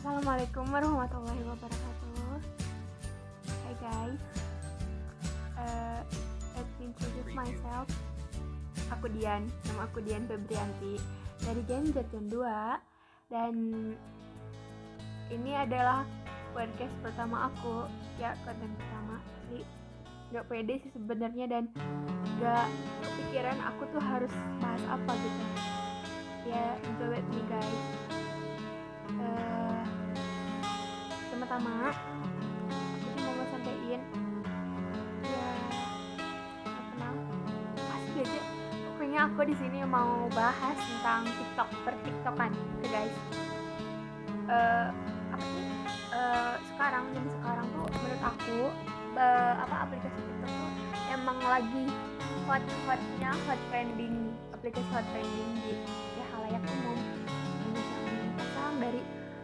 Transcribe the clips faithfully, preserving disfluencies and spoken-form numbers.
Assalamualaikum warahmatullahi wabarakatuh. Hai guys, uh, let me introduce myself. Aku Dian, nama aku Dian Febrianti dari Gen Z Gen dua. Dan ini adalah podcast pertama aku, ya konten pertama. Jadi gak pede sih sebenarnya dan gak kepikiran aku tuh harus bahas apa gitu. Ya, enjoy with me guys. Uh, pertama aku cuma mau sampein ya kenal pasti aja pokoknya aku di sini mau bahas tentang TikTok per TikTokan oke guys. Uh, apa sih uh, sekarang jadi sekarang tuh menurut aku uh, apa aplikasi TikTok tuh emang lagi hot hotnya hot trending aplikasi hot trending di ya halayak umum ini yang dari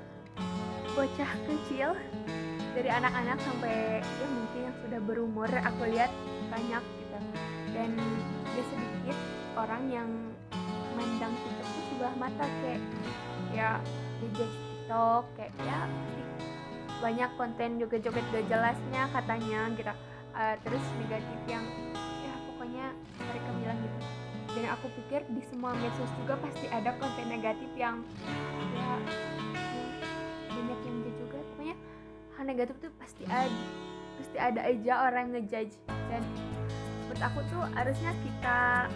bocah kecil, dari anak-anak sampai ya mungkin yang sudah berumur aku lihat banyak gitu. Dan gak sedikit orang yang memandang TikTok itu sebelah mata kayak ya dijudge TikTok kayak ya banyak konten joget-joget gak jelasnya katanya gitu. Uh, terus negatif yang ya pokoknya mereka bilang gitu. Dan aku pikir di semua medsos juga pasti ada konten negatif yang ya banyak yang ngejudge juga, pokoknya hal negatif tuh pasti ada pasti ada aja orang ngejudge. Dan menurut aku tuh harusnya kita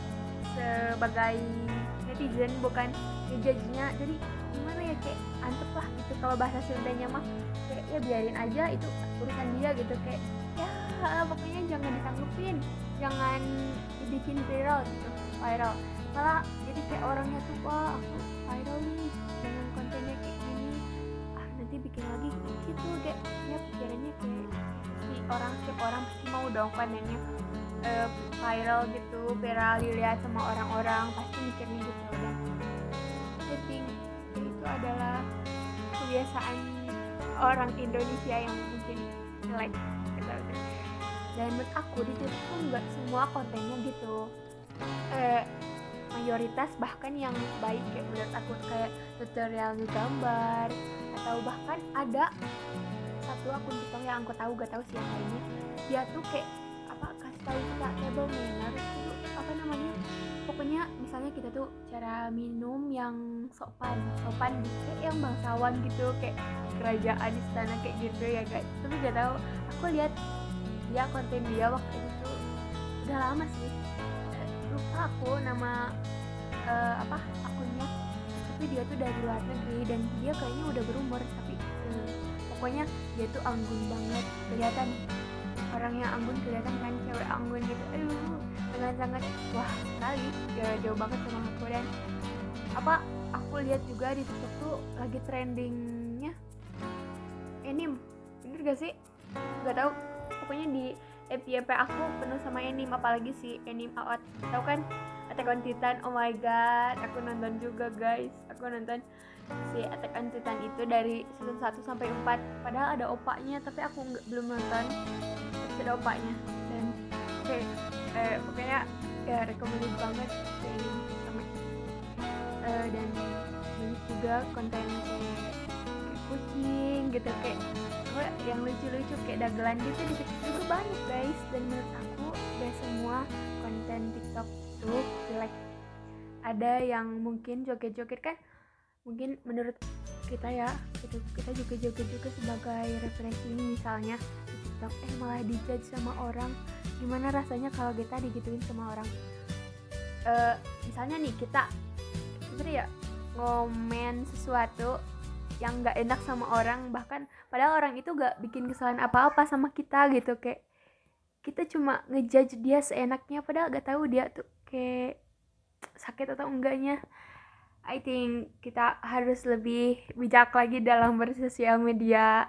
sebagai netizen bukan ngejudge-nya, jadi gimana ya kayak antep lah gitu kalau bahasa Sundanya mah kayak ya biarin aja itu urusan dia gitu, kayak ya pokoknya jangan ditanggepin, jangan dibikin viral gitu viral malah jadi kayak orangnya tuh wah aku viral nih dengan kontennya kayak gini, ah nanti bikin lagi gitu kayak ya pikirannya kayak pasti orang setiap orang pasti mau dong kontennya uh, viral gitu, viral dilihat sama orang-orang pasti mikirnya gitu. Dan I think itu adalah kebiasaan orang Indonesia yang mungkin jelek gitu. Dan menurut aku di YouTube tuh nggak semua kontennya gitu, uh, mayoritas bahkan yang baik kayak menurut aku kayak tutorial ngegambar atau bahkan ada satu akun TikTok yang aku tahu gak tahu sih yang lainnya, dia tuh kayak apa kasih tahu kita table manner itu apa namanya, pokoknya misalnya kita tuh cara minum yang sopan sopan kayak yang bangsawan gitu kayak kerajaan istana kayak gitu ya guys. Tapi gak tahu aku lihat dia konten dia waktu itu udah lama sih, lupa aku nama uh, apa akunnya, tapi dia tuh dari luar negeri dan dia kayaknya udah berumur tapi uh, pokoknya dia tuh anggun banget kelihatan, orangnya anggun kelihatan kan cewek anggun gitu, aduh dengan sangat wah sekali ya, jauh banget sama aku. Dan apa aku lihat juga di TikTok tuh lagi trendingnya anime, bener gak sih gak tahu pokoknya di F Y P aku penuh sama anime, apalagi si anime A O T, tau kan Attack on Titan. Oh my god, aku nonton juga guys, aku nonton si Attack on Titan itu dari season satu sampai empat, padahal ada opanya tapi aku nggak belum nonton episode opanya. Dan oke okay, eh, pokoknya ya recommended banget si anime sama uh, dan banyak juga konten kayak, kayak kucing gitu kayak yang lucu-lucu kayak dagelan gitu di TikTok juga banyak guys. Dan menurut aku gak semua konten TikTok tuh jelek, ada yang mungkin joget-joget kan mungkin menurut kita ya gitu, kita juga joget juga sebagai refreshing misalnya di TikTok, eh malah dijudge sama orang. Gimana rasanya kalau kita digituin sama orang, uh, misalnya nih kita sebenernya ya ngomen sesuatu yang gak enak sama orang, bahkan padahal orang itu gak bikin kesalahan apa-apa sama kita gitu, kayak kita cuma ngejudge dia seenaknya padahal gak tahu dia tuh kayak sakit atau enggaknya. I think kita harus lebih bijak lagi dalam bersosial media,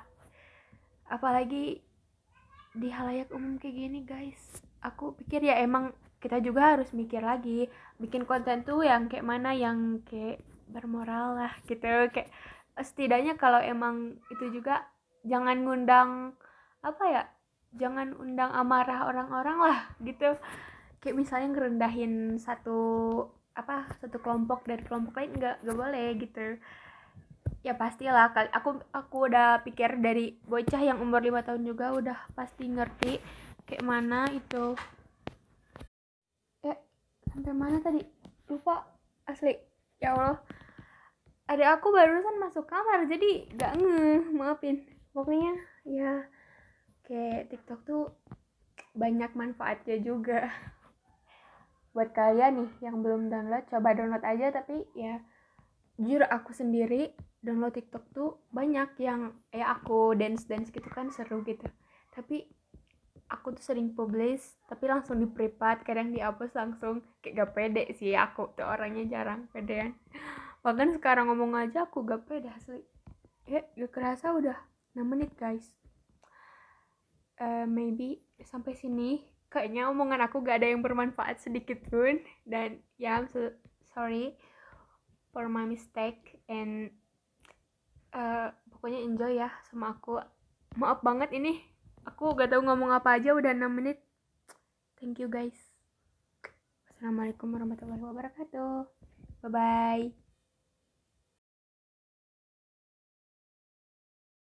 apalagi di halayak umum kayak gini guys. Aku pikir ya emang kita juga harus mikir lagi bikin konten tuh yang kayak mana yang kayak bermoral lah gitu, kayak setidaknya kalau emang itu juga jangan ngundang apa ya, jangan undang amarah orang-orang lah gitu, kayak misalnya ngerendahin satu apa satu kelompok dari kelompok lain, nggak nggak boleh gitu. Ya pastilah kali aku aku udah pikir dari bocah yang umur lima tahun juga udah pasti ngerti kayak mana itu. Eh, sampai mana tadi? Lupa asli. Ya Allah. Ada aku barusan masuk kamar jadi gak ngeh, maafin. Pokoknya ya kayak TikTok tuh banyak manfaatnya juga. Buat kalian nih yang belum download, coba download aja. Tapi ya jujur aku sendiri download TikTok tuh banyak yang ya aku dance dance gitu kan seru gitu. Tapi aku tuh sering publish tapi langsung di privat, kadang dihapus langsung, kayak gak pede sih aku tuh orangnya jarang pedean. Bahkan sekarang ngomong aja aku gak pede asli. Ya gak kerasa udah enam menit guys. Uh, maybe sampai sini kayaknya omongan aku gak ada yang bermanfaat sedikit pun. Dan ya I'm so sorry for my mistake. And uh, pokoknya enjoy ya sama aku. Maaf banget ini aku gak tahu ngomong apa aja udah enam menit. Thank you guys. Assalamualaikum warahmatullahi wabarakatuh. Bye bye.